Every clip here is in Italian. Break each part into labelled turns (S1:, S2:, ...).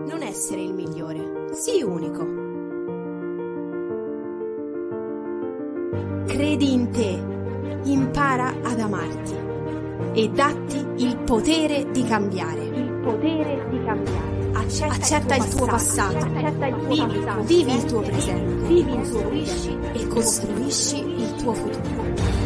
S1: Non essere il migliore, sii unico. Credi in te, impara ad amarti e datti il potere di cambiare. Accetta il tuo passato, vivi il tuo presente e costruisci il tuo futuro.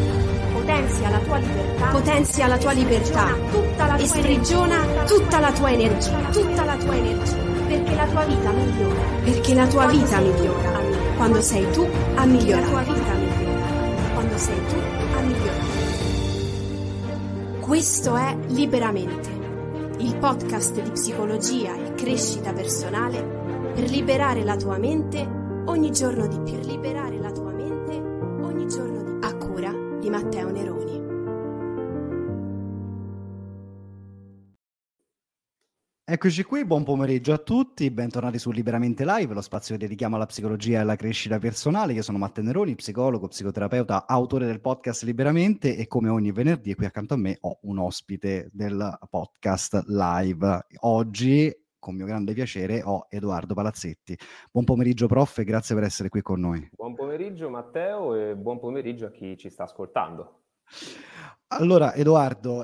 S1: Potenzia la tua libertà e sprigiona tutta la tua energia, perché la tua vita migliora quando sei tu a migliorare. Questo è Liberamente, il podcast di psicologia e crescita personale per liberare la tua mente ogni giorno di più. A cura di Matteo Neroni.
S2: Eccoci qui, buon pomeriggio a tutti, bentornati su Liberamente Live, lo spazio che dedichiamo alla psicologia e alla crescita personale. Io sono Matteo Neroni, psicologo, psicoterapeuta, autore del podcast Liberamente, e come ogni venerdì qui accanto a me ho un ospite del podcast live. Oggi, con mio grande piacere, ho Edoardo Palazzetti. Buon pomeriggio prof e grazie per essere qui con noi.
S3: Buon pomeriggio Matteo e buon pomeriggio a chi ci sta ascoltando.
S2: Allora, Edoardo,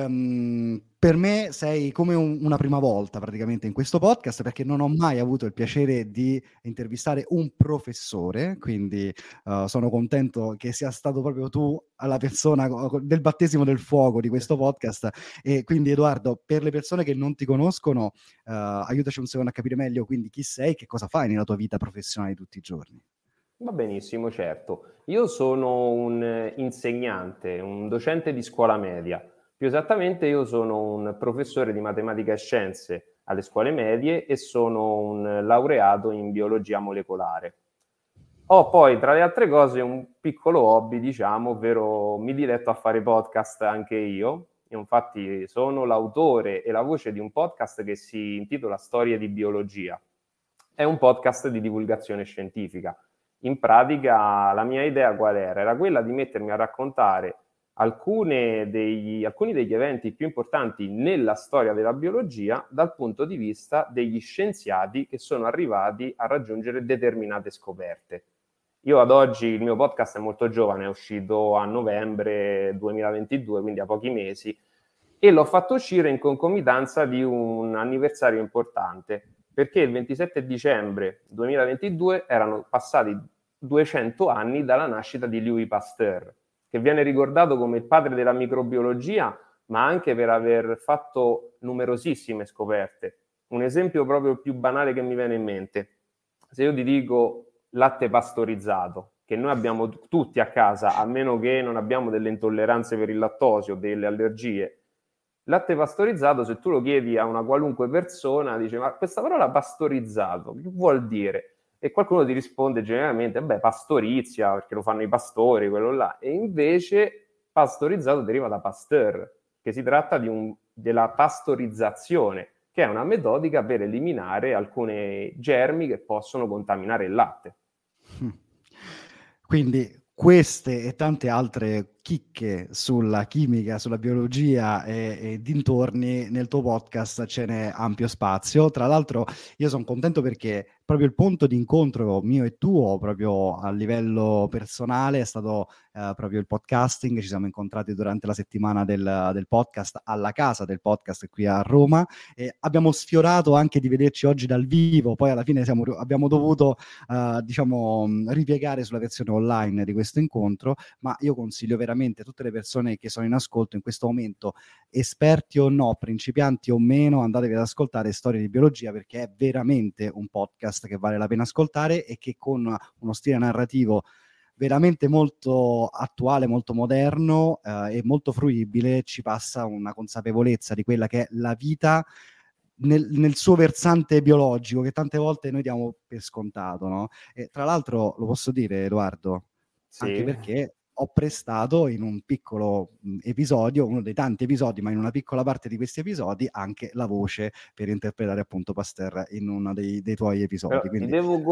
S2: per me sei come una prima volta praticamente in questo podcast, perché non ho mai avuto il piacere di intervistare un professore, quindi sono contento che sia stato proprio tu la persona del battesimo del fuoco di questo podcast. E quindi, Edoardo, per le persone che non ti conoscono, aiutaci un secondo a capire meglio quindi chi sei, che cosa fai nella tua vita professionale di tutti i giorni.
S3: Va benissimo, certo. Io sono un insegnante, un docente di scuola media. Più esattamente io sono un professore di matematica e scienze alle scuole medie e sono un laureato in biologia molecolare. Ho poi, tra le altre cose, un piccolo hobby, diciamo, ovvero mi diletto a fare podcast anche io. Io infatti sono l'autore e la voce di un podcast che si intitola Storie di biologia. È un podcast di divulgazione scientifica. In pratica la mia idea qual era? Era quella di mettermi a raccontare alcuni degli eventi più importanti nella storia della biologia dal punto di vista degli scienziati che sono arrivati a raggiungere determinate scoperte. Io ad oggi, il mio podcast è molto giovane, è uscito a novembre 2022, quindi a pochi mesi, e l'ho fatto uscire in concomitanza di un anniversario importante, perché il 27 dicembre 2022 erano passati 200 anni dalla nascita di Louis Pasteur, che viene ricordato come il padre della microbiologia, ma anche per aver fatto numerosissime scoperte. Un esempio proprio più banale che mi viene in mente: se io ti dico latte pastorizzato, che noi abbiamo tutti a casa, a meno che non abbiamo delle intolleranze per il lattosio, delle allergie. Latte pastorizzato, se tu lo chiedi a una qualunque persona, dice: ma questa parola pastorizzato, che vuol dire? E qualcuno ti risponde generalmente: beh, pastorizia, perché lo fanno i pastori, quello là. E invece pastorizzato deriva da Pasteur, che si tratta della pastorizzazione, che è una metodica per eliminare alcuni germi che possono contaminare il latte.
S2: Quindi queste e tante altre chicche sulla chimica, sulla biologia e dintorni nel tuo podcast ce n'è ampio spazio. Tra l'altro io sono contento perché proprio il punto di incontro mio e tuo, proprio a livello personale, è stato proprio il podcasting. Ci siamo incontrati durante la settimana del podcast alla casa del podcast qui a Roma e abbiamo sfiorato anche di vederci oggi dal vivo. Poi alla fine abbiamo dovuto ripiegare sulla versione online di questo incontro, ma io consiglio veramente a tutte le persone che sono in ascolto in questo momento, esperti o no, principianti o meno, andatevi ad ascoltare Storie di biologia, perché è veramente un podcast che vale la pena ascoltare e che con uno stile narrativo veramente molto attuale, molto moderno e molto fruibile ci passa una consapevolezza di quella che è la vita nel suo versante biologico, che tante volte noi diamo per scontato, no? E tra l'altro lo posso dire, Edoardo,
S3: Sì.
S2: Anche perché ho prestato in un piccolo episodio, uno dei tanti episodi, ma in una piccola parte di questi episodi, anche la voce per interpretare appunto Pasteur in uno dei tuoi episodi.
S3: Però
S2: quindi
S3: ti devo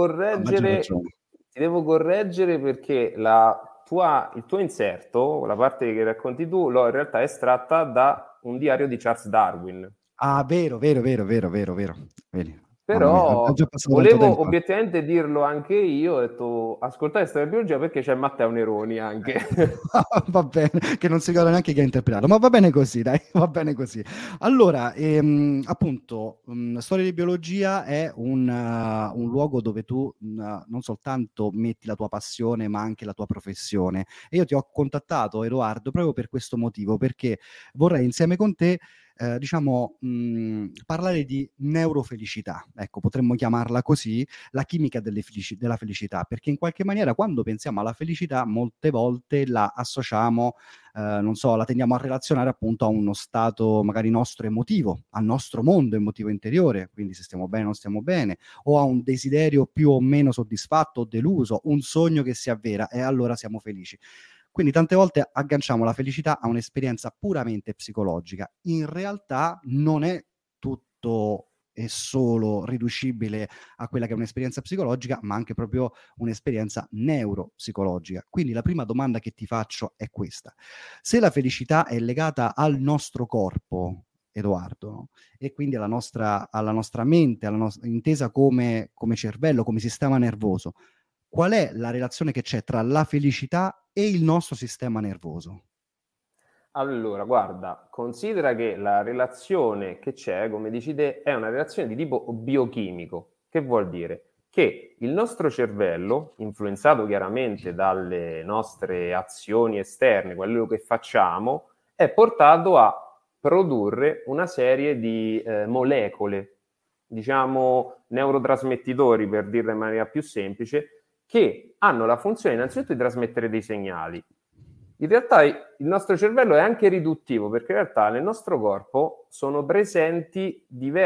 S3: correggere perché il tuo inserto, la parte che racconti tu, l'ho in realtà estratta da un diario di Charles Darwin.
S2: Ah, vero. Vedi.
S3: Però
S2: già passato tanto
S3: volevo
S2: tempo.
S3: obiettivamente dirlo anche io, ho detto ascoltate storia di biologia perché c'è Matteo Neroni anche.
S2: Va bene, che non si ricorda neanche chi ha interpretato, ma va bene così, dai, va bene così. Allora, appunto, storia di biologia è un luogo dove tu non soltanto metti la tua passione, ma anche la tua professione. E io ti ho contattato, Edoardo, proprio per questo motivo, perché vorrei insieme con te diciamo, parlare di neurofelicità, ecco, potremmo chiamarla così, la chimica della felicità, perché in qualche maniera quando pensiamo alla felicità molte volte la associamo, non so, la tendiamo a relazionare appunto a uno stato magari nostro emotivo, al nostro mondo emotivo interiore, quindi se stiamo bene o non stiamo bene, o a un desiderio più o meno soddisfatto o deluso, un sogno che si avvera e allora siamo felici. Quindi tante volte agganciamo la felicità a un'esperienza puramente psicologica. In realtà non è tutto e solo riducibile a quella che è un'esperienza psicologica, ma anche proprio un'esperienza neuropsicologica. Quindi la prima domanda che ti faccio è questa: se la felicità è legata al nostro corpo, Edoardo, no? E quindi alla nostra mente, intesa come cervello, come sistema nervoso, qual è la relazione che c'è tra la felicità e il nostro sistema nervoso?
S3: Allora, guarda, considera che la relazione che c'è, come dici te, è una relazione di tipo biochimico. Che vuol dire? Che il nostro cervello, influenzato chiaramente dalle nostre azioni esterne, quello che facciamo, è portato a produrre una serie di molecole, diciamo neurotrasmettitori per dirla in maniera più semplice, che hanno la funzione innanzitutto di trasmettere dei segnali. In realtà il nostro cervello è anche riduttivo, perché in realtà nel nostro corpo sono presenti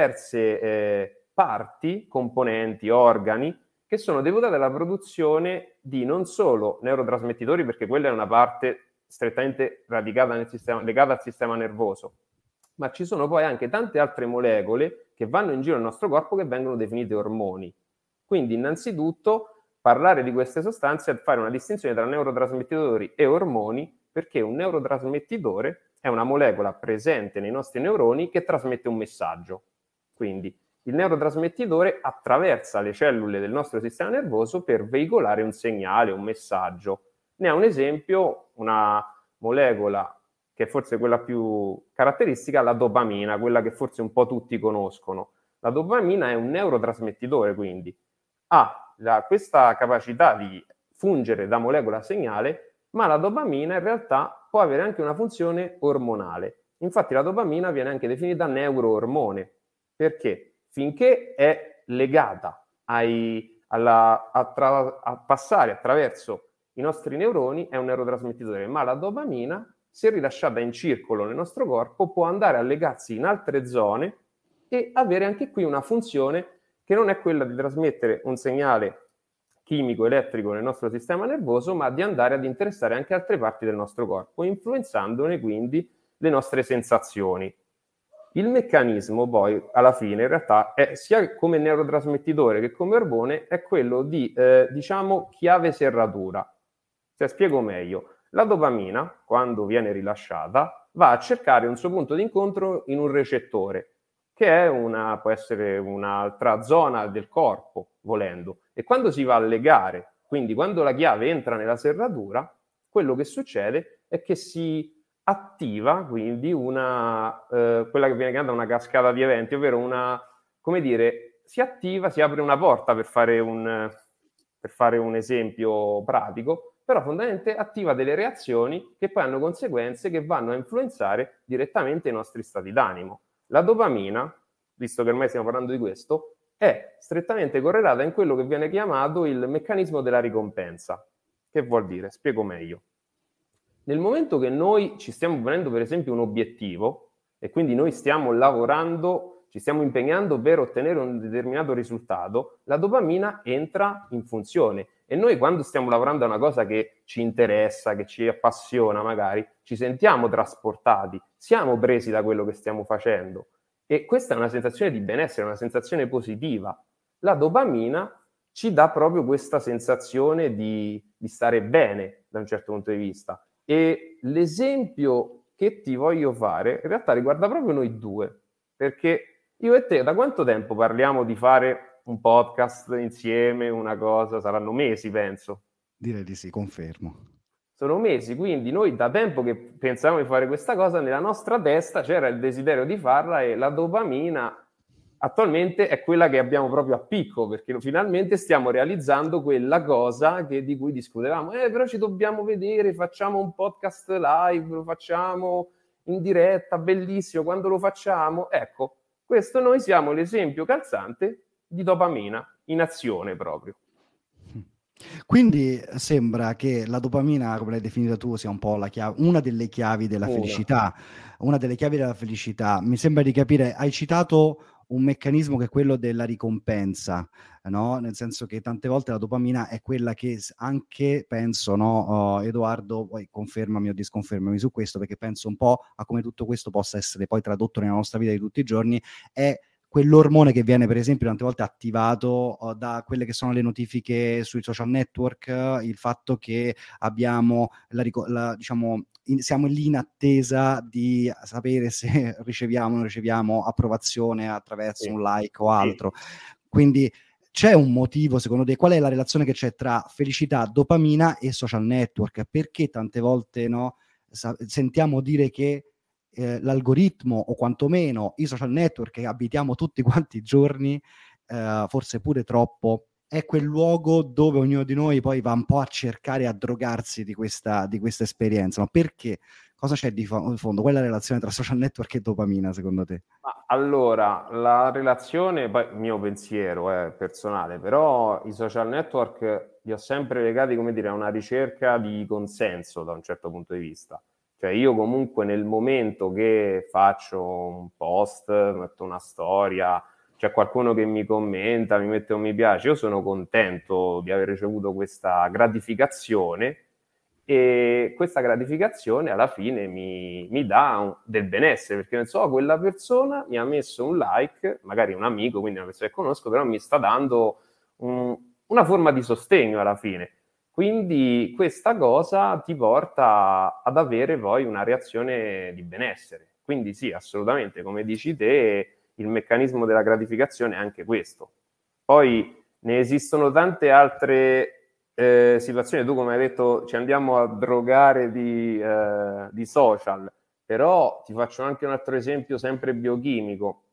S3: diverse parti, componenti, organi, che sono deputate alla produzione di non solo neurotrasmettitori, perché quella è una parte strettamente radicata nel sistema, legata al sistema nervoso, ma ci sono poi anche tante altre molecole che vanno in giro nel nostro corpo che vengono definite ormoni. Quindi innanzitutto parlare di queste sostanze è fare una distinzione tra neurotrasmettitori e ormoni, perché un neurotrasmettitore è una molecola presente nei nostri neuroni che trasmette un messaggio. Quindi il neurotrasmettitore attraversa le cellule del nostro sistema nervoso per veicolare un segnale, un messaggio. Ne ha un esempio una molecola che è forse quella più caratteristica, la dopamina, quella che forse un po' tutti conoscono. La dopamina è un neurotrasmettitore, quindi ha questa capacità di fungere da molecola a segnale, ma la dopamina in realtà può avere anche una funzione ormonale. Infatti la dopamina viene anche definita neuroormone, perché finché è legata a passare attraverso i nostri neuroni è un neurotrasmettitore, ma la dopamina, se rilasciata in circolo nel nostro corpo, può andare a legarsi in altre zone e avere anche qui una funzione che non è quella di trasmettere un segnale chimico elettrico nel nostro sistema nervoso, ma di andare ad interessare anche altre parti del nostro corpo, influenzandone quindi le nostre sensazioni. Il meccanismo poi, alla fine, in realtà, è sia come neurotrasmettitore che come ormone, è quello di, diciamo, chiave serratura. Se spiego meglio, la dopamina, quando viene rilasciata, va a cercare un suo punto di incontro in un recettore, che è può essere un'altra zona del corpo, volendo. E quando si va a legare, quindi quando la chiave entra nella serratura, quello che succede è che si attiva quindi quella che viene chiamata una cascata di eventi, ovvero come dire, si attiva, si apre una porta per fare un esempio pratico, però fondamentalmente attiva delle reazioni che poi hanno conseguenze che vanno a influenzare direttamente i nostri stati d'animo. La dopamina, visto che ormai stiamo parlando di questo, è strettamente correlata in quello che viene chiamato il meccanismo della ricompensa. Che vuol dire? Spiego meglio. Nel momento che noi ci stiamo ponendo per esempio un obiettivo e quindi noi stiamo lavorando, ci stiamo impegnando per ottenere un determinato risultato, la dopamina entra in funzione e noi quando stiamo lavorando a una cosa che ci interessa, che ci appassiona magari, ci sentiamo trasportati, siamo presi da quello che stiamo facendo e questa è una sensazione di benessere, una sensazione positiva. La dopamina ci dà proprio questa sensazione di stare bene da un certo punto di vista. E l'esempio che ti voglio fare in realtà riguarda proprio noi due, perché io e te da quanto tempo parliamo di fare un podcast insieme, una cosa? Saranno mesi, penso.
S2: Direi di sì, confermo.
S3: Sono mesi, quindi noi da tempo che pensavamo di fare questa cosa, nella nostra testa c'era il desiderio di farla e la dopamina attualmente è quella che abbiamo proprio a picco, perché finalmente stiamo realizzando quella cosa di cui discutevamo. Però ci dobbiamo vedere, facciamo un podcast live, lo facciamo in diretta, bellissimo, quando lo facciamo? Ecco, questo noi siamo l'esempio calzante di dopamina in azione proprio.
S2: Quindi sembra che la dopamina, come l'hai definita tu, sia un po' la chiave, una delle chiavi della felicità. Una delle chiavi della felicità. Mi sembra di capire, hai citato un meccanismo che è quello della ricompensa, no? Nel senso che tante volte la dopamina è quella che anche penso, no? Edoardo, poi confermami o disconfermami su questo, perché penso un po' a come tutto questo possa essere poi tradotto nella nostra vita di tutti i giorni, è quell'ormone che viene per esempio tante volte attivato da quelle che sono le notifiche sui social network, il fatto che abbiamo diciamo siamo lì in attesa di sapere se riceviamo o non riceviamo approvazione attraverso un like o altro. Quindi c'è un motivo, secondo te? Qual è la relazione che c'è tra felicità, dopamina e social network? Perché tante volte sentiamo dire che l'algoritmo o quantomeno i social network che abitiamo tutti quanti i giorni, forse pure troppo, è quel luogo dove ognuno di noi poi va un po' a cercare, a drogarsi di questa esperienza. Ma perché? Cosa c'è di fondo? Qual è la relazione tra social network e dopamina, secondo te?
S3: Allora, la relazione, poi mio pensiero è personale, però i social network li ho sempre legati, come dire, a una ricerca di consenso da un certo punto di vista. Cioè io comunque nel momento che faccio un post, metto una storia, c'è qualcuno che mi commenta, mi mette un mi piace, io sono contento di aver ricevuto questa gratificazione e questa gratificazione alla fine mi dà del benessere, perché non so, quella persona mi ha messo un like, magari un amico, quindi una persona che conosco, però mi sta dando una forma di sostegno alla fine. Quindi questa cosa ti porta ad avere poi una reazione di benessere. Quindi sì, assolutamente, come dici te, il meccanismo della gratificazione è anche questo. Poi ne esistono tante altre situazioni. Tu, come hai detto, ci andiamo a drogare di social, però ti faccio anche un altro esempio sempre biochimico.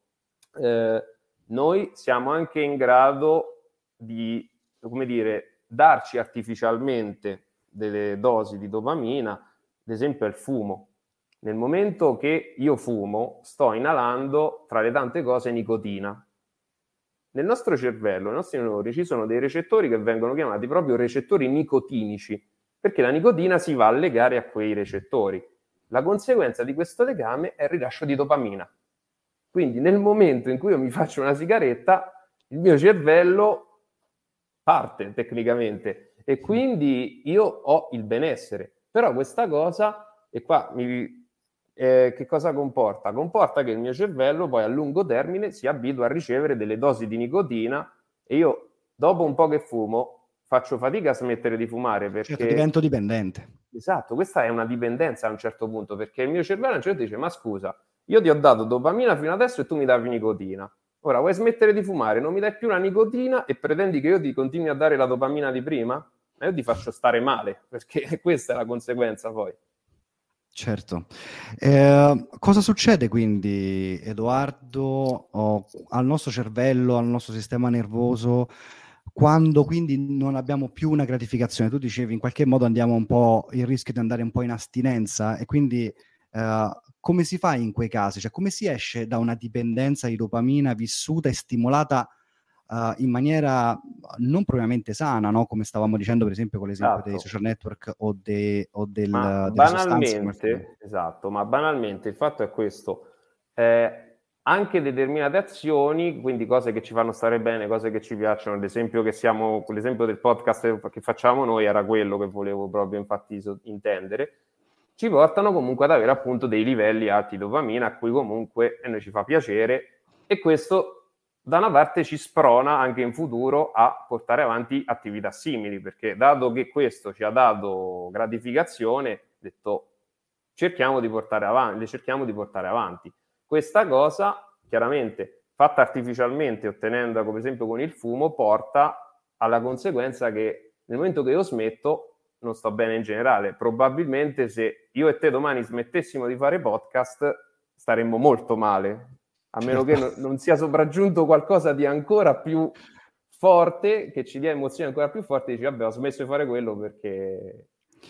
S3: Noi siamo anche in grado di, come dire, darci artificialmente delle dosi di dopamina, ad esempio il fumo. Nel momento che io fumo, sto inalando, tra le tante cose, nicotina. Nel nostro cervello, nei nostri neuroni, ci sono dei recettori che vengono chiamati proprio recettori nicotinici, perché la nicotina si va a legare a quei recettori. La conseguenza di questo legame è il rilascio di dopamina. Quindi nel momento in cui io mi faccio una sigaretta, il mio cervello parte tecnicamente e quindi io ho il benessere. Però questa cosa, e qua che cosa comporta? Comporta che il mio cervello poi a lungo termine si abitua a ricevere delle dosi di nicotina e io dopo un po' che fumo faccio fatica a smettere di fumare perché...
S2: Certo, divento dipendente.
S3: Esatto, questa è una dipendenza a un certo punto, perché il mio cervello a un certo punto dice: ma scusa, io ti ho dato dopamina fino adesso e tu mi davi nicotina. Ora vuoi smettere di fumare, non mi dai più la nicotina e pretendi che io ti continui a dare la dopamina di prima? Ma io ti faccio stare male, perché questa è la conseguenza poi.
S2: Certo. Cosa succede quindi, Edoardo, al nostro cervello, al nostro sistema nervoso, quando quindi non abbiamo più una gratificazione? Tu dicevi in qualche modo andiamo un po' il rischio di andare un po' in astinenza e quindi come si fa in quei casi? Cioè come si esce da una dipendenza di dopamina vissuta e stimolata in maniera non propriamente sana, no? Come stavamo dicendo per esempio con l'esempio dei social network o delle sostanze.
S3: Esatto, ma banalmente il fatto è questo. Anche determinate azioni, quindi cose che ci fanno stare bene, cose che ci piacciono, l'esempio del podcast che facciamo noi era quello che volevo proprio infatti intendere, ci portano comunque ad avere appunto dei livelli alti di dopamina a cui comunque a noi ci fa piacere e questo da una parte ci sprona anche in futuro a portare avanti attività simili, perché dato che questo ci ha dato gratificazione, detto cerchiamo di portare avanti. Questa cosa chiaramente fatta artificialmente, ottenendo come esempio con il fumo, porta alla conseguenza che nel momento che io smetto non sto bene in generale. Probabilmente se io e te domani smettessimo di fare podcast staremmo molto male, a meno che non sia sopraggiunto qualcosa di ancora più forte, che ci dia emozioni ancora più forti, dici vabbè ho smesso di fare quello perché...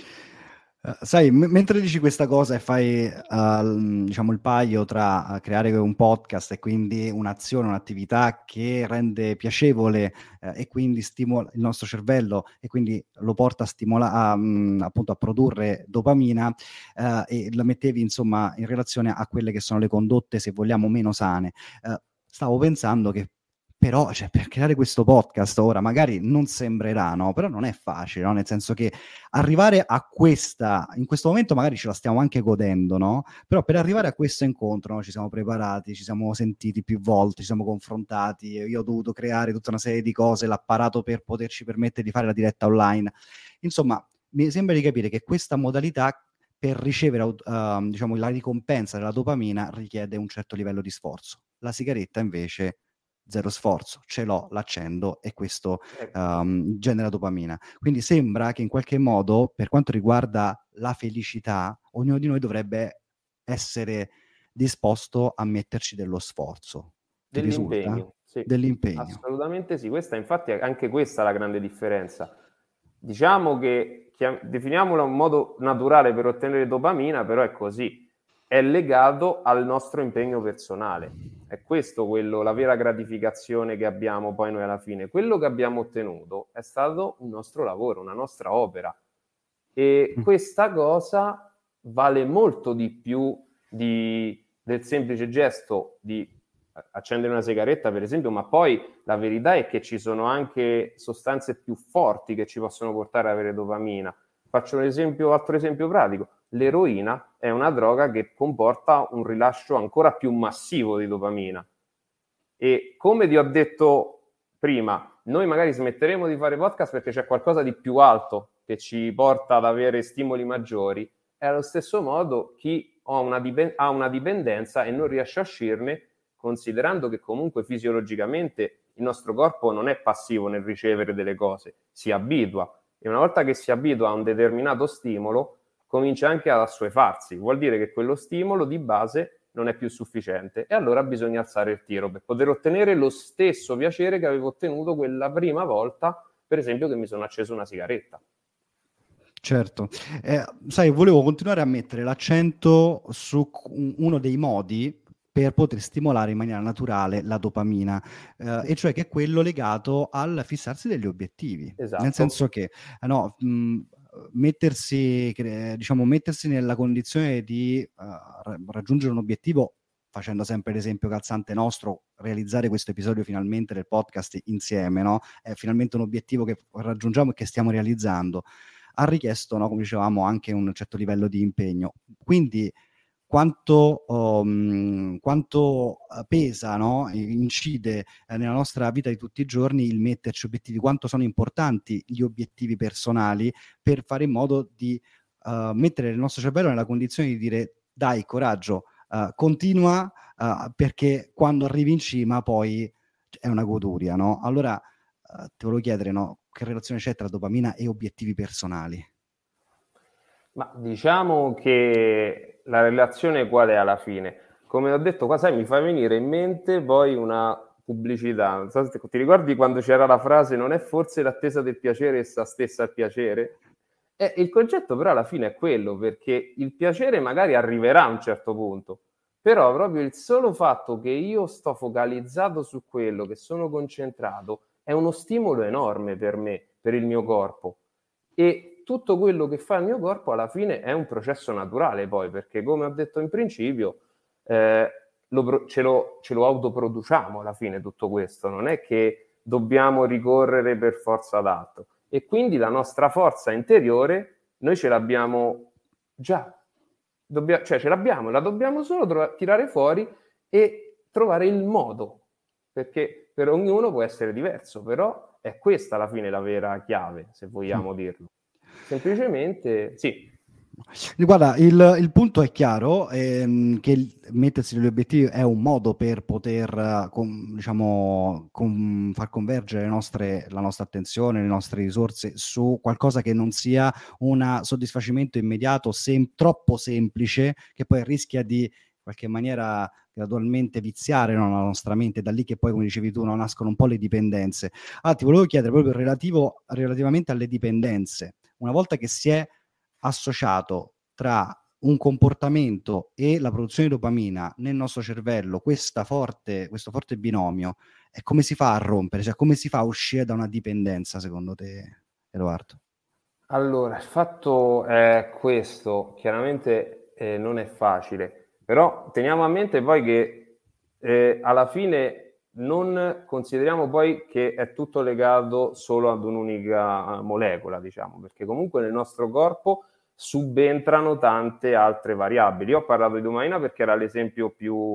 S2: Sai, mentre dici questa cosa e fai diciamo il paio tra creare un podcast e quindi un'azione, un'attività che rende piacevole e quindi stimola il nostro cervello e quindi lo porta appunto a produrre dopamina, e la mettevi insomma in relazione a quelle che sono le condotte, se vogliamo, meno sane. Stavo pensando che però, cioè, per creare questo podcast ora magari non sembrerà, no? Però non è facile, no? Nel senso che arrivare a in questo momento magari ce la stiamo anche godendo, no? Però per arrivare a questo incontro, no, ci siamo preparati, ci siamo sentiti più volte, ci siamo confrontati, io ho dovuto creare tutta una serie di cose, l'apparato per poterci permettere di fare la diretta online. Insomma, mi sembra di capire che questa modalità per ricevere diciamo, la ricompensa della dopamina richiede un certo livello di sforzo. La sigaretta invece zero sforzo, ce l'ho, l'accendo e questo genera dopamina. Quindi sembra che in qualche modo, per quanto riguarda la felicità, ognuno di noi dovrebbe essere disposto a metterci dello sforzo. Ti risulta?
S3: Dell'impegno, sì.
S2: Dell'impegno.
S3: Assolutamente sì, questa infatti è anche questa la grande differenza. Diciamo che definiamola un modo naturale per ottenere dopamina, però è così, è legato al nostro impegno personale. È questo la vera gratificazione che abbiamo poi noi alla fine. Quello che abbiamo ottenuto è stato un nostro lavoro, una nostra opera. E questa cosa vale molto di più del semplice gesto di accendere una sigaretta, per esempio, ma poi la verità è che ci sono anche sostanze più forti che ci possono portare ad avere dopamina. Faccio altro esempio pratico. L'eroina è una droga che comporta un rilascio ancora più massivo di dopamina. E come ti ho detto prima, noi magari smetteremo di fare podcast perché c'è qualcosa di più alto che ci porta ad avere stimoli maggiori. E allo stesso modo chi ha una dipendenza e non riesce a uscirne, considerando che comunque fisiologicamente il nostro corpo non è passivo nel ricevere delle cose, si abitua. E una volta che si abitua a un determinato stimolo, comincia anche ad assuefarsi. Vuol dire che quello stimolo di base non è più sufficiente e allora bisogna alzare il tiro per poter ottenere lo stesso piacere che avevo ottenuto quella prima volta, per esempio che mi sono acceso una sigaretta.
S2: Certo, sai, volevo continuare a mettere l'accento su uno dei modi per poter stimolare in maniera naturale la dopamina, e cioè che è quello legato al fissarsi degli obiettivi.
S3: Esatto.
S2: Nel senso che mettersi nella condizione di raggiungere un obiettivo, facendo sempre l'esempio calzante nostro, realizzare questo episodio finalmente del podcast insieme, no? È finalmente un obiettivo che raggiungiamo e che stiamo realizzando. Ha richiesto, no, come dicevamo, anche un certo livello di impegno. Quindi quanto pesa, no, incide nella nostra vita di tutti i giorni il metterci obiettivi, quanto sono importanti gli obiettivi personali per fare in modo di mettere il nostro cervello nella condizione di dire dai, coraggio, continua, perché quando arrivi in cima poi è una goduria, no? Allora ti volevo chiedere, no, che relazione c'è tra dopamina e obiettivi personali?
S3: Ma diciamo che la relazione qual è alla fine? Come ho detto qua, sai, mi fa venire in mente poi una pubblicità. Non so se ti ricordi quando c'era la frase non è forse l'attesa del piacere essa stessa il piacere? Il concetto però alla fine è quello, perché il piacere magari arriverà a un certo punto, però proprio il solo fatto che io sto focalizzato su quello, che sono concentrato, è uno stimolo enorme per me, per il mio corpo. E tutto quello che fa il mio corpo alla fine è un processo naturale poi, perché come ho detto in principio, ce lo autoproduciamo alla fine tutto questo, non è che dobbiamo ricorrere per forza ad altro. E quindi la nostra forza interiore noi ce l'abbiamo già, ce l'abbiamo, la dobbiamo solo tirare fuori e trovare il modo, perché per ognuno può essere diverso, però è questa alla fine la vera chiave, se vogliamo dirlo. Semplicemente, sì.
S2: Guarda, il punto è chiaro, che mettersi degli obiettivi è un modo per poter, far convergere la nostra attenzione, le nostre risorse su qualcosa che non sia un soddisfacimento immediato, troppo semplice, che poi rischia di in qualche maniera gradualmente viziare, no, la nostra mente. Da lì che poi, come dicevi tu, nascono un po' le dipendenze. Ti volevo chiedere proprio relativamente alle dipendenze. Una volta che si è associato tra un comportamento e la produzione di dopamina nel nostro cervello, questo forte binomio, e come si fa a rompere? Cioè, come si fa a uscire da una dipendenza, secondo te, Edoardo?
S3: Allora, il fatto è questo, chiaramente non è facile, però teniamo a mente poi che alla fine non consideriamo poi che è tutto legato solo ad un'unica molecola, diciamo, perché comunque nel nostro corpo subentrano tante altre variabili. Io ho parlato di dopamina perché era l'esempio più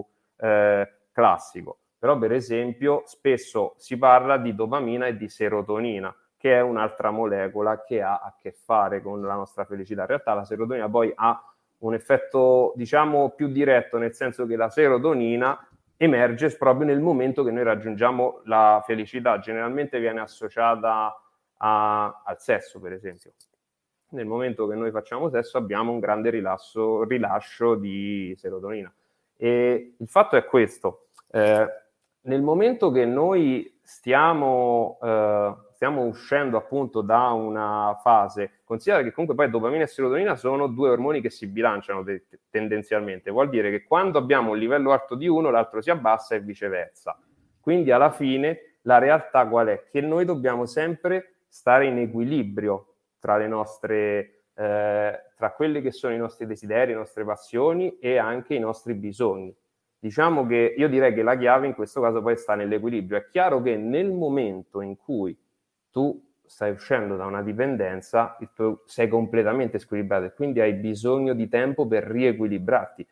S3: classico, però per esempio spesso si parla di dopamina e di serotonina, che è un'altra molecola che ha a che fare con la nostra felicità. In realtà la serotonina poi ha un effetto, diciamo, più diretto, nel senso che la serotonina emerge proprio nel momento che noi raggiungiamo la felicità. Generalmente viene associata al sesso, per esempio. Nel momento che noi facciamo sesso abbiamo un grande rilascio di serotonina. E il fatto è questo, nel momento che noi stiamo uscendo appunto da una fase, considera che comunque poi dopamina e serotonina sono due ormoni che si bilanciano tendenzialmente, vuol dire che quando abbiamo un livello alto di uno l'altro si abbassa e viceversa. Quindi alla fine la realtà qual è? Che noi dobbiamo sempre stare in equilibrio tra le nostre, tra quelli che sono i nostri desideri, le nostre passioni e anche i nostri bisogni. Diciamo che io direi che la chiave in questo caso poi sta nell'equilibrio. È chiaro che nel momento in cui tu stai uscendo da una dipendenza, sei completamente squilibrato e quindi hai bisogno di tempo per riequilibrarti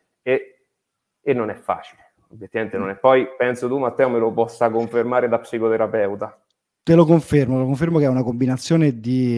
S3: e non è facile. Obiettivamente non è. Poi penso tu, Matteo, me lo possa confermare da psicoterapeuta.
S2: Te lo confermo che è una combinazione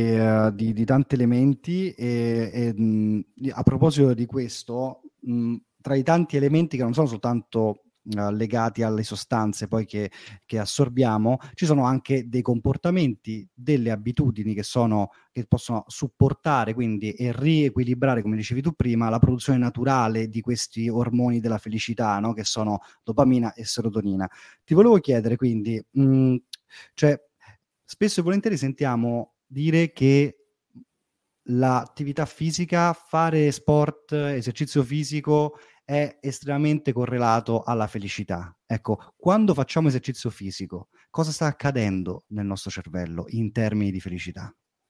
S2: di tanti elementi e a proposito di questo, tra i tanti elementi che non sono soltanto legati alle sostanze poi che assorbiamo, ci sono anche dei comportamenti, delle abitudini che possono supportare quindi e riequilibrare, come dicevi tu prima, la produzione naturale di questi ormoni della felicità, no? Che sono dopamina e serotonina. Ti volevo chiedere quindi, cioè, spesso e volentieri sentiamo dire che l'attività fisica, fare sport, esercizio fisico è estremamente correlato alla felicità. Ecco, quando facciamo esercizio fisico, cosa sta accadendo nel nostro cervello in termini di felicità?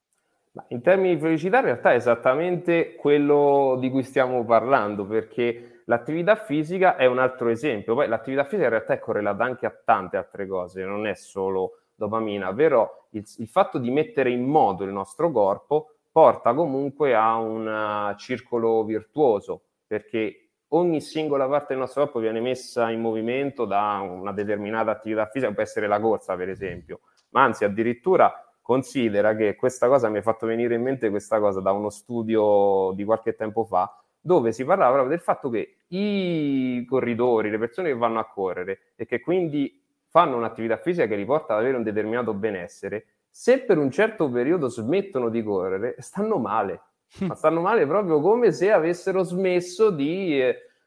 S3: In termini di felicità in realtà è esattamente quello di cui stiamo parlando, perché l'attività fisica è un altro esempio. Poi l'attività fisica in realtà è correlata anche a tante altre cose, non è solo dopamina, però il fatto di mettere in moto il nostro corpo porta comunque a un circolo virtuoso, perché ogni singola parte del nostro corpo viene messa in movimento da una determinata attività fisica, può essere la corsa per esempio, ma anzi addirittura considera che questa cosa mi ha fatto venire in mente questa cosa da uno studio di qualche tempo fa, dove si parlava proprio del fatto che i corridori, le persone che vanno a correre e che quindi fanno un'attività fisica che li porta ad avere un determinato benessere, se per un certo periodo smettono di correre, stanno male. Ma stanno male proprio come se avessero smesso di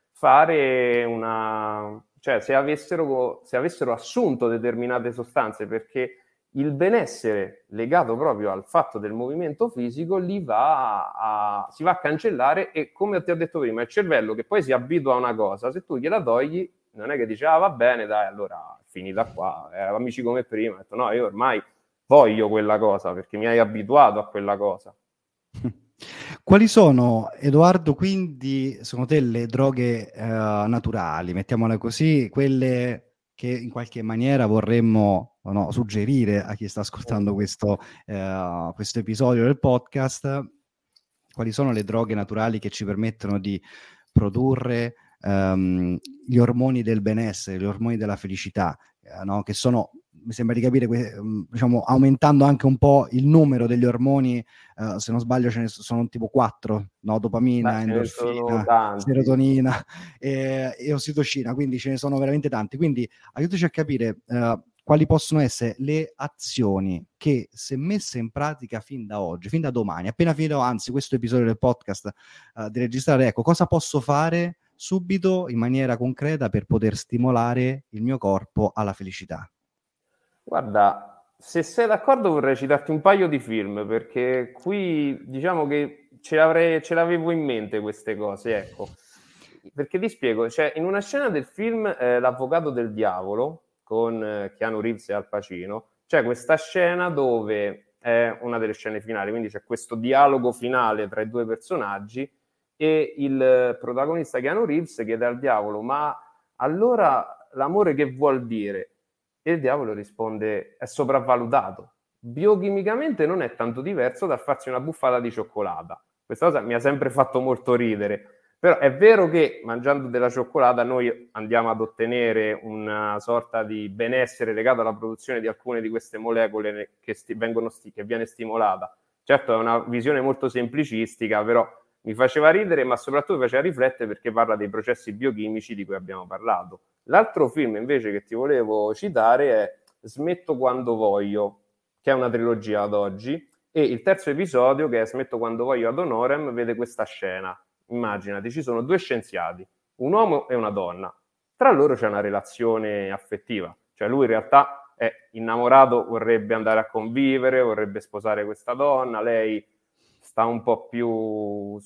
S3: fare cioè se avessero assunto determinate sostanze, perché il benessere legato proprio al fatto del movimento fisico si va a cancellare, e come ti ho detto prima, il cervello che poi si abitua a una cosa, se tu gliela togli, non è che dice va bene, dai, allora è finita qua, amici come prima. Ho detto no, io ormai voglio quella cosa perché mi hai abituato a quella cosa.
S2: Quali sono, Edoardo, quindi, secondo te, le droghe naturali, mettiamole così, quelle che in qualche maniera vorremmo suggerire a chi sta ascoltando questo episodio del podcast? Quali sono le droghe naturali che ci permettono di produrre gli ormoni del benessere, gli ormoni della felicità, che sono mi sembra di capire, diciamo, aumentando anche un po' il numero degli ormoni, se non sbaglio ce ne sono tipo 4, no? Dopamina, endorfina, serotonina e ossitocina, quindi ce ne sono veramente tanti. Quindi aiutaci a capire quali possono essere le azioni che, se messe in pratica fin da oggi, fin da domani, appena finito, anzi, questo episodio del podcast di registrare, ecco, cosa posso fare subito in maniera concreta per poter stimolare il mio corpo alla felicità?
S3: Guarda, se sei d'accordo vorrei citarti un paio di film, perché qui diciamo che ce l'avevo in mente queste cose, ecco. Perché ti spiego, cioè in una scena del film L'avvocato del diavolo, con Keanu Reeves e Al Pacino, c'è questa scena dove è una delle scene finali, quindi c'è questo dialogo finale tra i due personaggi e il protagonista Keanu Reeves chiede al diavolo: ma allora l'amore che vuol dire? E il diavolo risponde: è sopravvalutato. Biochimicamente non è tanto diverso dal farsi una buffata di cioccolata. Questa cosa mi ha sempre fatto molto ridere. Però è vero che mangiando della cioccolata noi andiamo ad ottenere una sorta di benessere legato alla produzione di alcune di queste molecole che viene stimolata. Certo è una visione molto semplicistica, però mi faceva ridere, ma soprattutto mi faceva riflettere perché parla dei processi biochimici di cui abbiamo parlato. L'altro film invece che ti volevo citare è Smetto quando voglio, che è una trilogia ad oggi, e il terzo episodio, che è Smetto quando voglio ad Honorem, vede questa scena. Immaginati, ci sono due scienziati, un uomo e una donna. Tra loro c'è una relazione affettiva, cioè lui in realtà è innamorato, vorrebbe andare a convivere, vorrebbe sposare questa donna, lei sta un po' più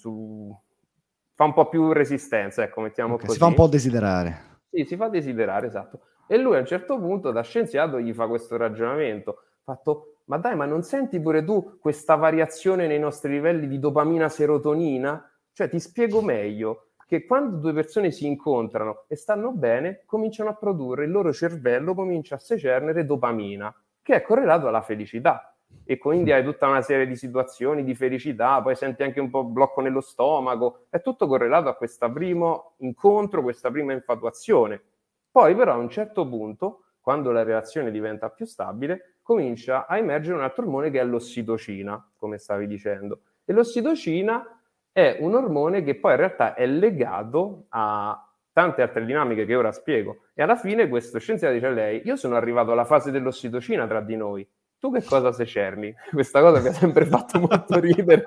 S3: fa un po' più resistenza, ecco, mettiamo così.
S2: Si fa un po' desiderare.
S3: Sì, si fa desiderare, esatto. E lui a un certo punto, da scienziato, gli fa questo ragionamento, fatto: ma dai, ma non senti pure tu questa variazione nei nostri livelli di dopamina serotonina? Cioè, ti spiego meglio che quando due persone si incontrano e stanno bene, cominciano a produrre, il loro cervello comincia a secernere dopamina, che è correlato alla felicità. E quindi hai tutta una serie di situazioni di felicità, poi senti anche un po' blocco nello stomaco, è tutto correlato a questo primo incontro, questa prima infatuazione. Poi però a un certo punto, quando la relazione diventa più stabile, comincia a emergere un altro ormone che è l'ossitocina, come stavi dicendo. E l'ossitocina è un ormone che poi in realtà è legato a tante altre dinamiche che ora spiego. E alla fine questo scienziato dice a lei: io sono arrivato alla fase dell'ossitocina tra di noi, tu che cosa secerni? Questa cosa mi ha sempre fatto molto ridere.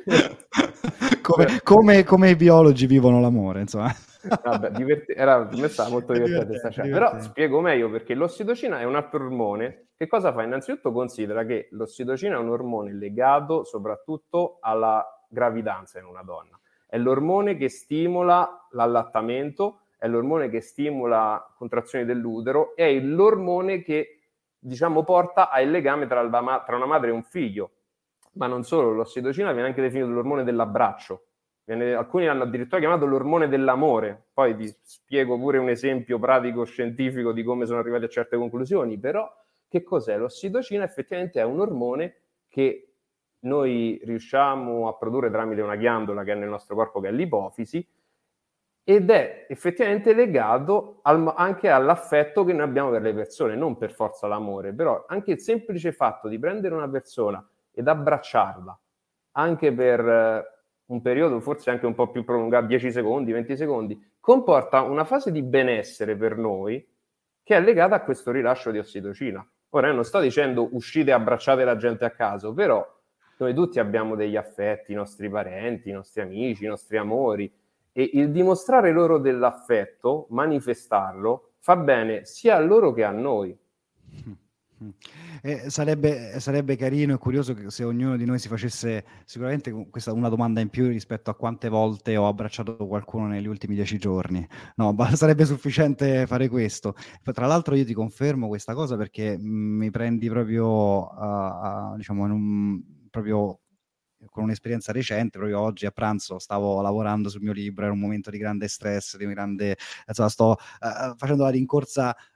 S2: come i biologi vivono l'amore, insomma.
S3: Vabbè, per me stava molto divertente questa scena. Però spiego meglio, perché l'ossitocina è un altro ormone. Che cosa fa? Innanzitutto considera che l'ossitocina è un ormone legato soprattutto alla gravidanza in una donna. È l'ormone che stimola l'allattamento, è l'ormone che stimola contrazioni dell'utero, è l'ormone che, diciamo, porta al legame tra una madre e un figlio. Ma non solo, l'ossitocina viene anche definito l'ormone dell'abbraccio. Alcuni l'hanno addirittura chiamato l'ormone dell'amore. Poi vi spiego pure un esempio pratico scientifico di come sono arrivati a certe conclusioni. Però che cos'è? L'ossitocina effettivamente è un ormone che noi riusciamo a produrre tramite una ghiandola che è nel nostro corpo, che è l'ipofisi, ed è effettivamente legato anche all'affetto che noi abbiamo per le persone, non per forza l'amore, però anche il semplice fatto di prendere una persona ed abbracciarla, anche per un periodo forse anche un po' più prolungato, 10 secondi, 20 secondi, comporta una fase di benessere per noi che è legata a questo rilascio di ossitocina. Ora io non sto dicendo uscite e abbracciate la gente a caso, però noi tutti abbiamo degli affetti, i nostri parenti, i nostri amici, i nostri amori, e il dimostrare loro dell'affetto, manifestarlo, fa bene sia a loro che a noi.
S2: Sarebbe carino e curioso che se ognuno di noi si facesse sicuramente questa una domanda in più rispetto a quante volte ho abbracciato qualcuno negli ultimi 10 giorni. No, sarebbe sufficiente fare questo. Tra l'altro io ti confermo questa cosa perché mi prendi proprio diciamo proprio con un'esperienza recente. Proprio oggi a pranzo stavo lavorando sul mio libro, era un momento di grande stress, insomma, sto facendo la rincorsa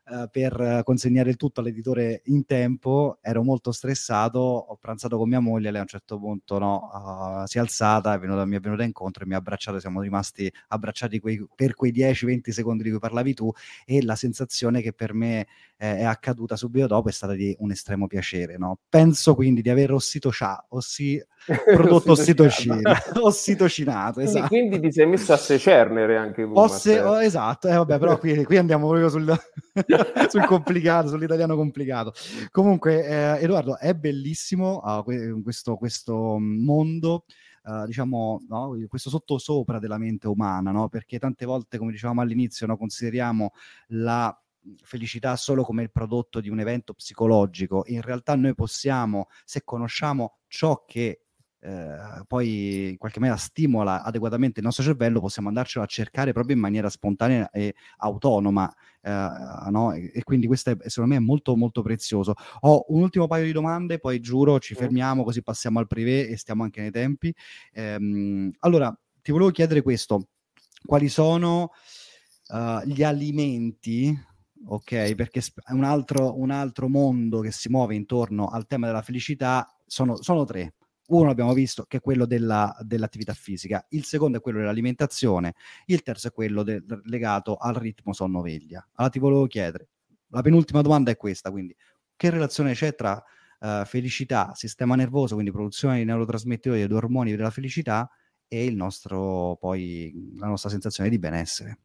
S2: per consegnare il tutto all'editore in tempo, ero molto stressato, ho pranzato con mia moglie, lei a un certo punto si è alzata, mi è venuta incontro e mi ha abbracciato, siamo rimasti abbracciati per quei 10-20 secondi di cui parlavi tu, e la sensazione che per me è accaduta subito dopo è stata di un estremo piacere, no? Penso quindi di aver prodotto ossitocinato, esatto.
S3: Quindi ti sei messo a secernere anche tu,
S2: esatto, vabbè, però qui andiamo proprio sul complicato, sull'italiano complicato. Comunque, Edoardo, è bellissimo questo mondo, diciamo, no? Questo sottosopra della mente umana, no? Perché tante volte, come dicevamo all'inizio, no, consideriamo la felicità solo come il prodotto di un evento psicologico. In realtà noi possiamo, se conosciamo ciò che poi in qualche maniera stimola adeguatamente il nostro cervello, possiamo andarcelo a cercare proprio in maniera spontanea e autonoma, no? E quindi questo secondo me è molto molto prezioso. Ho un ultimo paio di domande, poi giuro ci fermiamo, così passiamo al privé e stiamo anche nei tempi. Allora, ti volevo chiedere questo: quali sono gli alimenti, ok, perché è un altro mondo che si muove intorno al tema della felicità, sono tre. Uno abbiamo visto che è quello dell'attività fisica, il secondo è quello dell'alimentazione, il terzo è quello legato al ritmo sonno-veglia. Allora ti volevo chiedere, la penultima domanda è questa, quindi che relazione c'è tra felicità, sistema nervoso, quindi produzione di neurotrasmettitori ed ormoni della felicità, e la nostra sensazione di benessere?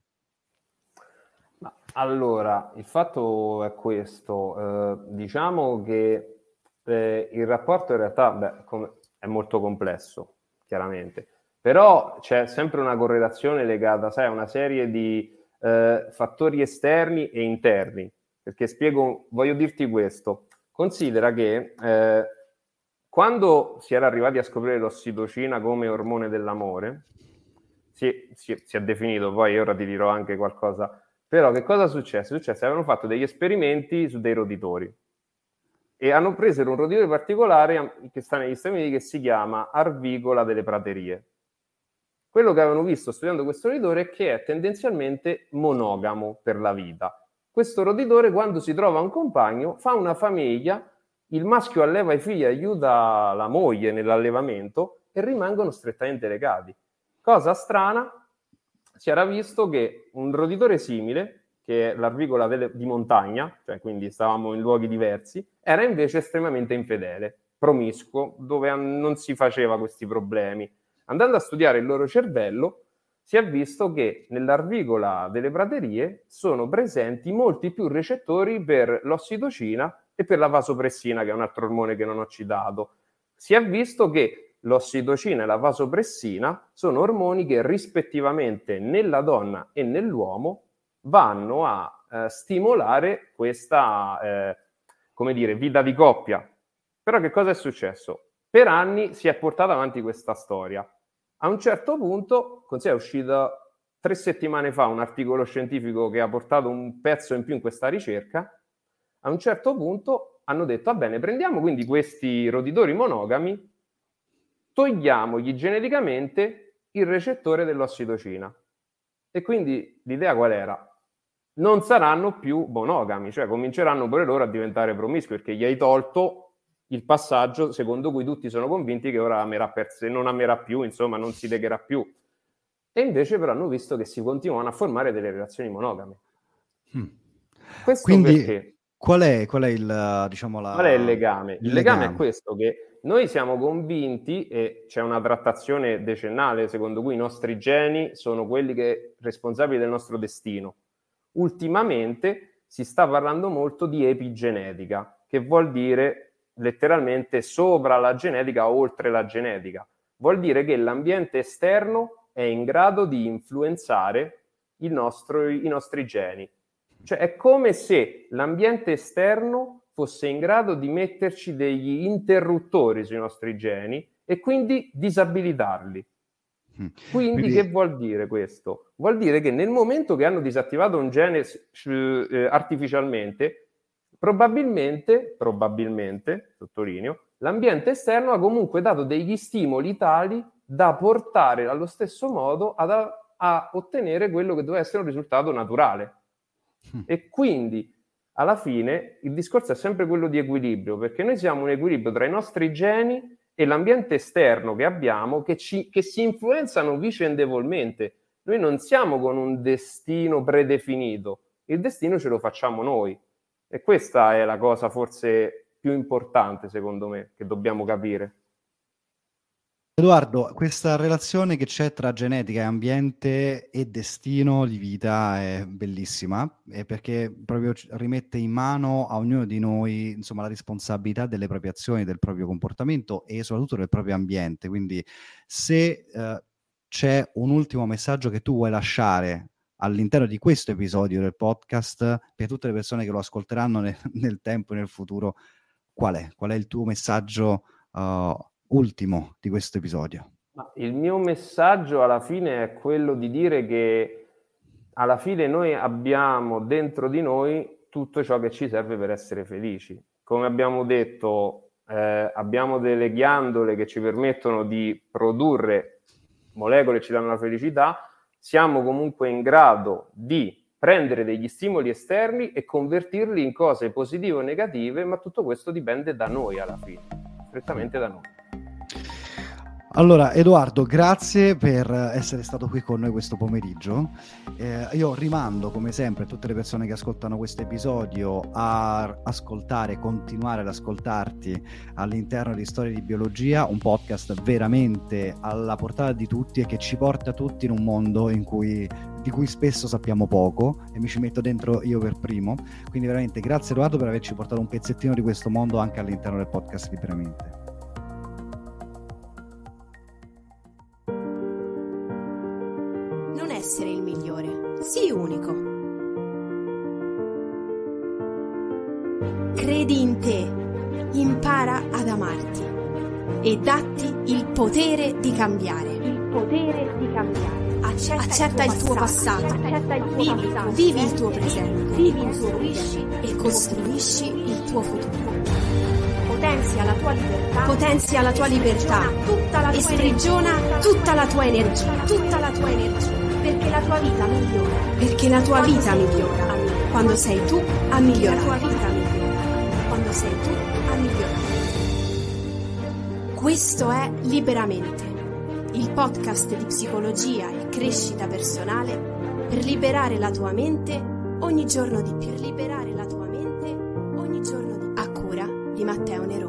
S3: Allora, il fatto è questo, diciamo che il rapporto in realtà è molto complesso, chiaramente, però c'è sempre una correlazione legata, sai, a una serie di fattori esterni e interni, perché voglio dirti questo: considera che quando si era arrivati a scoprire l'ossitocina come ormone dell'amore, si è definito, poi ora ti dirò anche qualcosa, però che cosa è successo? Avevano fatto degli esperimenti su dei roditori e hanno preso un roditore particolare che sta negli Stati Uniti, che si chiama arvigola delle praterie. Quello che avevano visto studiando questo roditore è che è tendenzialmente monogamo per la vita. Questo roditore, quando si trova un compagno, fa una famiglia, il maschio alleva i figli, aiuta la moglie nell'allevamento e rimangono strettamente legati. Cosa strana, si era visto che un roditore simile, che è l'arvigola di montagna, cioè quindi stavamo in luoghi diversi, era invece estremamente infedele, promiscuo, dove non si faceva questi problemi. Andando a studiare il loro cervello, si è visto che nell'arvigola delle praterie sono presenti molti più recettori per l'ossitocina e per la vasopressina, che è un altro ormone che non ho citato. Si è visto che l'ossitocina e la vasopressina sono ormoni che rispettivamente nella donna e nell'uomo vanno a stimolare questa, vita di coppia. Però che cosa è successo? Per anni si è portata avanti questa storia. A un certo punto, è uscito 3 settimane fa un articolo scientifico che ha portato un pezzo in più in questa ricerca. A un certo punto hanno detto: va bene, prendiamo quindi questi roditori monogami, togliamogli geneticamente il recettore dell'ossitocina. E quindi l'idea qual era? Non saranno più monogami, cioè cominceranno pure loro a diventare promiscui, perché gli hai tolto il passaggio secondo cui tutti sono convinti che ora amerà per sé, non amerà più, insomma non si legherà più. E invece però hanno visto che si continuano a formare delle relazioni monogame. Questo
S2: quindi
S3: perché?
S2: Qual è il, diciamo,
S3: Qual è il legame? Il legame è questo, che noi siamo convinti, e c'è una trattazione decennale secondo cui i nostri geni sono quelli responsabili del nostro destino. Ultimamente si sta parlando molto di epigenetica, che vuol dire letteralmente sopra la genetica o oltre la genetica. Vuol dire che l'ambiente esterno è in grado di influenzare i nostri geni. Cioè è come se l'ambiente esterno fosse in grado di metterci degli interruttori sui nostri geni e quindi disabilitarli. Quindi che vuol dire questo? Vuol dire che nel momento che hanno disattivato un gene artificialmente, probabilmente, sottolineo, l'ambiente esterno ha comunque dato degli stimoli tali da portare allo stesso modo a ottenere quello che doveva essere un risultato naturale. E quindi alla fine il discorso è sempre quello di equilibrio, perché noi siamo un equilibrio tra i nostri geni e l'ambiente esterno che abbiamo, che si influenzano vicendevolmente. Noi non siamo con un destino predefinito, il destino ce lo facciamo noi. E questa è la cosa forse più importante, secondo me, che dobbiamo capire.
S2: Edoardo, questa relazione che c'è tra genetica e ambiente e destino di vita è bellissima, perché proprio rimette in mano a ognuno di noi, insomma, la responsabilità delle proprie azioni, del proprio comportamento e soprattutto del proprio ambiente. Quindi se c'è un ultimo messaggio che tu vuoi lasciare all'interno di questo episodio del podcast per tutte le persone che lo ascolteranno nel tempo e nel futuro, qual è? Qual è il tuo messaggio ultimo di questo episodio?
S3: Il mio messaggio alla fine è quello di dire che alla fine noi abbiamo dentro di noi tutto ciò che ci serve per essere felici. Come abbiamo detto, abbiamo delle ghiandole che ci permettono di produrre molecole che ci danno la felicità. Siamo comunque in grado di prendere degli stimoli esterni e convertirli in cose positive o negative, ma tutto questo dipende da noi alla fine, strettamente da noi.
S2: Allora, Edoardo, grazie per essere stato qui con noi questo pomeriggio. Io rimando, come sempre, tutte le persone che ascoltano questo episodio a ascoltare, continuare ad ascoltarti all'interno di Storie di Biologia, un podcast veramente alla portata di tutti e che ci porta tutti in un mondo di cui spesso sappiamo poco, e mi ci metto dentro io per primo. Quindi veramente grazie Edoardo per averci portato un pezzettino di questo mondo anche all'interno del podcast Liberamente.
S1: Essere il migliore, sii unico. Credi in te, impara ad amarti e datti il potere di cambiare. Il potere di cambiare. Accetta il tuo passato, vivi il tuo presente, e costruisci il tuo futuro. Potenzia la tua libertà, e sprigiona tutta la tua energia. Perché la tua vita migliora. Quando sei tu a migliorare. Questo è Liberamente, il podcast di psicologia e crescita personale per liberare la tua mente ogni giorno di più. A cura di Matteo Nerone.